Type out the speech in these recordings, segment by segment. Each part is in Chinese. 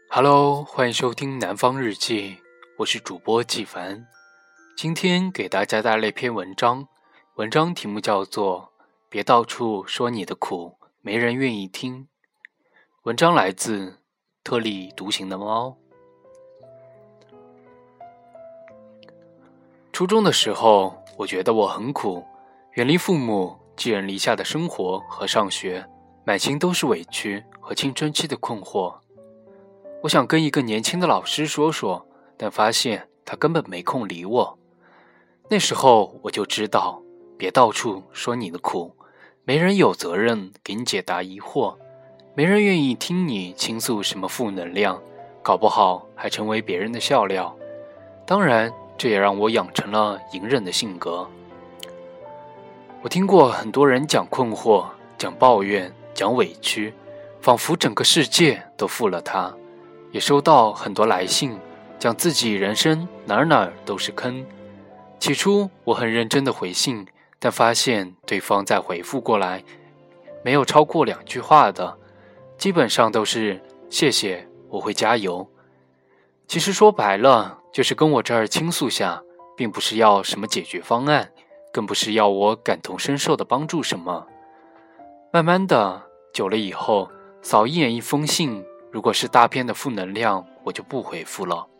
Hello， 欢迎收听南方日记，我是主播纪凡。今天给大家带来一篇文章，文章题目叫做别到处说你的苦，没人愿意听。文章来自特立独行的猫。初中的时候，我觉得我很苦，远离父母，寄人篱下的生活和上学，满心都是委屈和青春期的困惑。我想跟一个年轻的老师说说，但发现他根本没空理我。那时候我就知道，别到处说你的苦，没人有责任给你解答疑惑，没人愿意听你倾诉什么负能量，搞不好还成为别人的笑料。当然，这也让我养成了隐忍的性格。我听过很多人讲困惑，讲抱怨，讲委屈，仿佛整个世界都负了他。也收到很多来信，讲自己人生哪儿都是坑。起初我很认真的回信，但发现对方在回复过来没有超过2句话的，基本上都是谢谢，我会加油。其实说白了，就是跟我这儿倾诉下，并不是要什么解决方案，更不是要我感同身受的帮助什么。慢慢的，久了以后，扫一眼一封信，如果是大片的负能量，我就不回复了。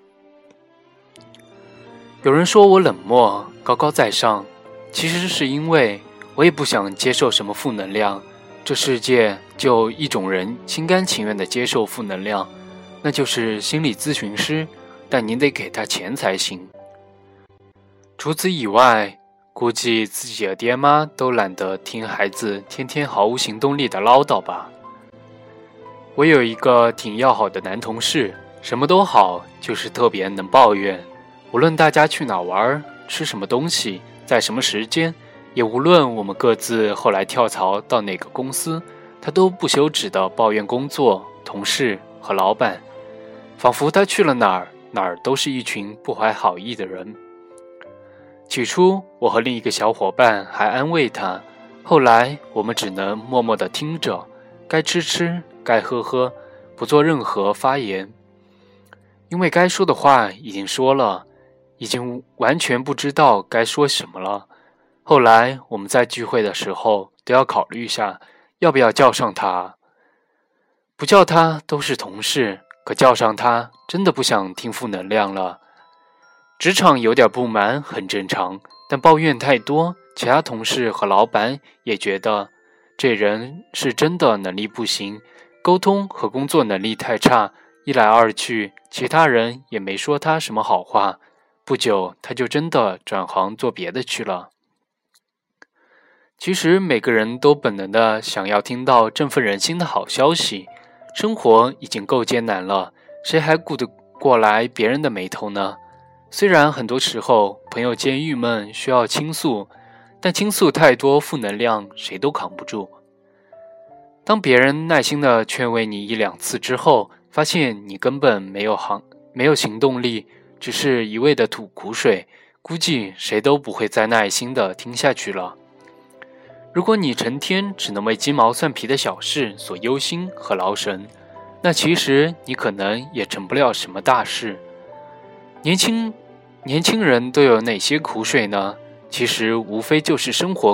有人说我冷漠高高在上，其实是因为我也不想接受什么负能量。这世界就一种人心甘情愿地接受负能量，那就是心理咨询师，但您得给他钱才行。除此以外，估计自己的爹妈都懒得听孩子天天毫无行动力的唠叨吧。我有一个挺要好的男同事，什么都好，就是特别能抱怨。无论大家去哪玩，吃什么东西，在什么时间，也无论我们各自后来跳槽到哪个公司，他都不休止地抱怨工作、同事和老板，仿佛他去了哪儿都是一群不怀好意的人。起初我和另一个小伙伴还安慰他，后来我们只能默默地听着，该吃，该喝，不做任何发言，因为该说的话已经说了，已经完全不知道该说什么了。后来我们在聚会的时候都要考虑一下，要不要叫上他。不叫他都是同事，可叫上他真的不想听负能量了。职场有点不满很正常，但抱怨太多，其他同事和老板也觉得这人是真的能力不行，沟通和工作能力太差，一来二去，其他人也没说他什么好话。不久，他就真的转行做别的去了。其实每个人都本能的想要听到振奋人心的好消息，生活已经够艰难了，谁还顾得过来别人的眉头呢？虽然很多时候朋友间郁闷需要倾诉，但倾诉太多负能量，谁都扛不住。当别人耐心地劝慰你1-2次之后，发现你根本没有行动力，只是一味的吐苦水，估计谁都不会再耐心地听下去了。如果你成天只能为鸡毛蒜皮的小事所忧心和劳神，那其实你可能也成不了什么大事。年轻人都有哪些苦水呢？其实无非就是生活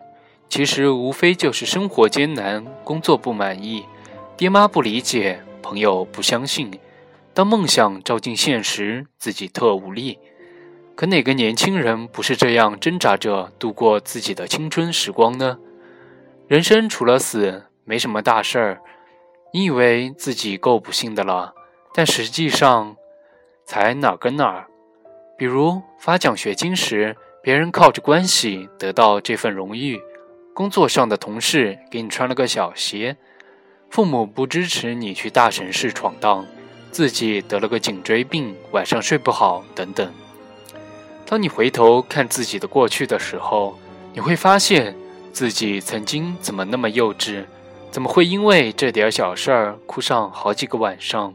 艰难，工作不满意，爹妈不理解，朋友不相信。当梦想照进现实，自己特无力。可哪个年轻人不是这样挣扎着度过自己的青春时光呢？人生除了死，没什么大事儿。你以为自己够不幸的了，但实际上才哪跟哪儿。比如发奖学金时，别人靠着关系得到这份荣誉，工作上的同事给你穿了个小鞋，父母不支持你去大城市闯荡，自己得了个颈椎病，晚上睡不好等等。当你回头看自己的过去的时候，你会发现自己曾经怎么那么幼稚，怎么会因为这点小事儿哭上好几个晚上。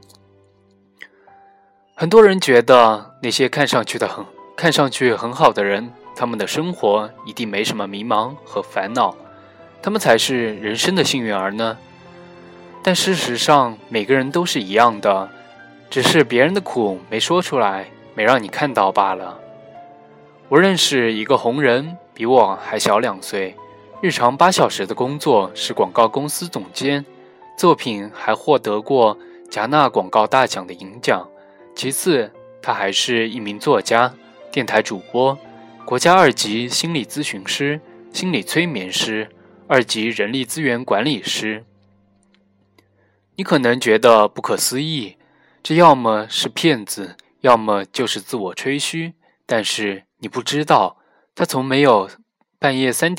很多人觉得那些看上去很好的人，他们的生活一定没什么迷茫和烦恼，他们才是人生的幸运儿呢。 但事实上每个人都是一样的，只是别人的苦没说出来，没让你看到罢了。我认识一个红人，比我还小2岁，日常8小时的工作是广告公司总监，作品还获得过戛纳广告大奖的银奖。其次，他还是一名作家、电台主播、国家2级心理咨询师、心理催眠师、2级人力资源管理师。你可能觉得不可思议，这要么是骗子，要么就是自我吹嘘，但是你不知道，他从没有半夜3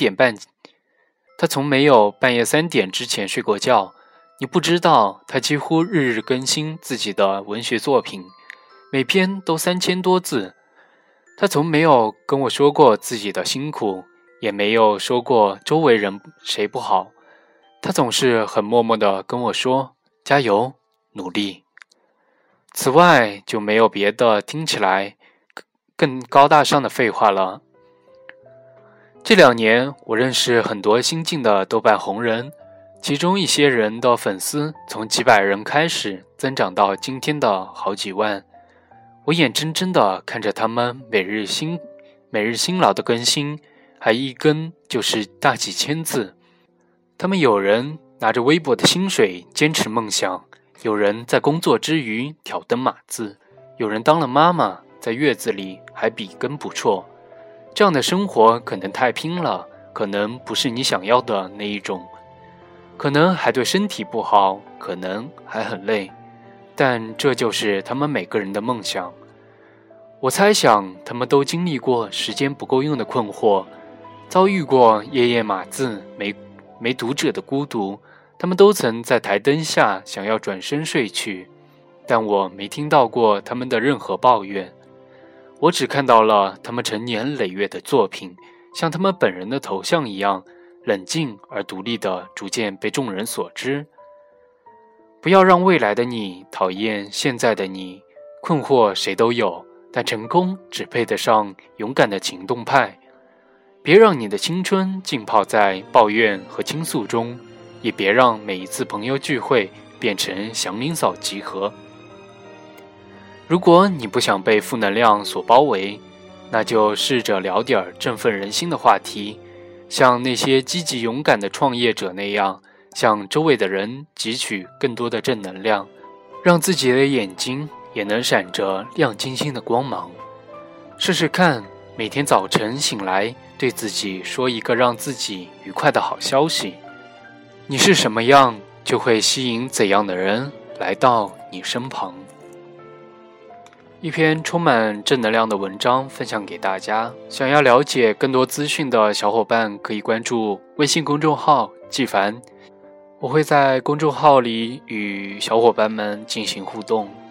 点之前睡过觉。你不知道，他几乎日日更新自己的文学作品，每篇都3000多字。他从没有跟我说过自己的辛苦，也没有说过周围人谁不好。他总是很默默地跟我说加油努力。此外就没有别的听起来更高大上的废话了。这2年我认识很多新晋的豆瓣红人，其中一些人的粉丝从几百人开始增长到今天的好几万。我眼睁睁地看着他们每日辛劳的更新，还一更就是大几千字。他们有人拿着微薄的薪水坚持梦想，有人在工作之余挑灯码字，有人当了妈妈，在月子里还笔耕不辍。这样的生活可能太拼了，可能不是你想要的那一种，可能还对身体不好，可能还很累，但这就是他们每个人的梦想。我猜想他们都经历过时间不够用的困惑，遭遇过夜夜码字没读者的孤独，他们都曾在台灯下想要转身睡去，但我没听到过他们的任何抱怨。我只看到了他们成年累月的作品，像他们本人的头像一样冷静而独立地逐渐被众人所知。不要让未来的你讨厌现在的你，困惑谁都有，但成功只配得上勇敢的行动派。别让你的青春浸泡在抱怨和倾诉中，也别让每一次朋友聚会变成祥林嫂集合。如果你不想被负能量所包围，那就试着聊点振奋人心的话题，像那些积极勇敢的创业者那样，向周围的人汲取更多的正能量，让自己的眼睛也能闪着亮晶晶的光芒。试试看，每天早晨醒来，对自己说一个让自己愉快的好消息。你是什么样，就会吸引怎样的人来到你身旁。一篇充满正能量的文章分享给大家，想要了解更多资讯的小伙伴可以关注微信公众号纪凡，我会在公众号里与小伙伴们进行互动。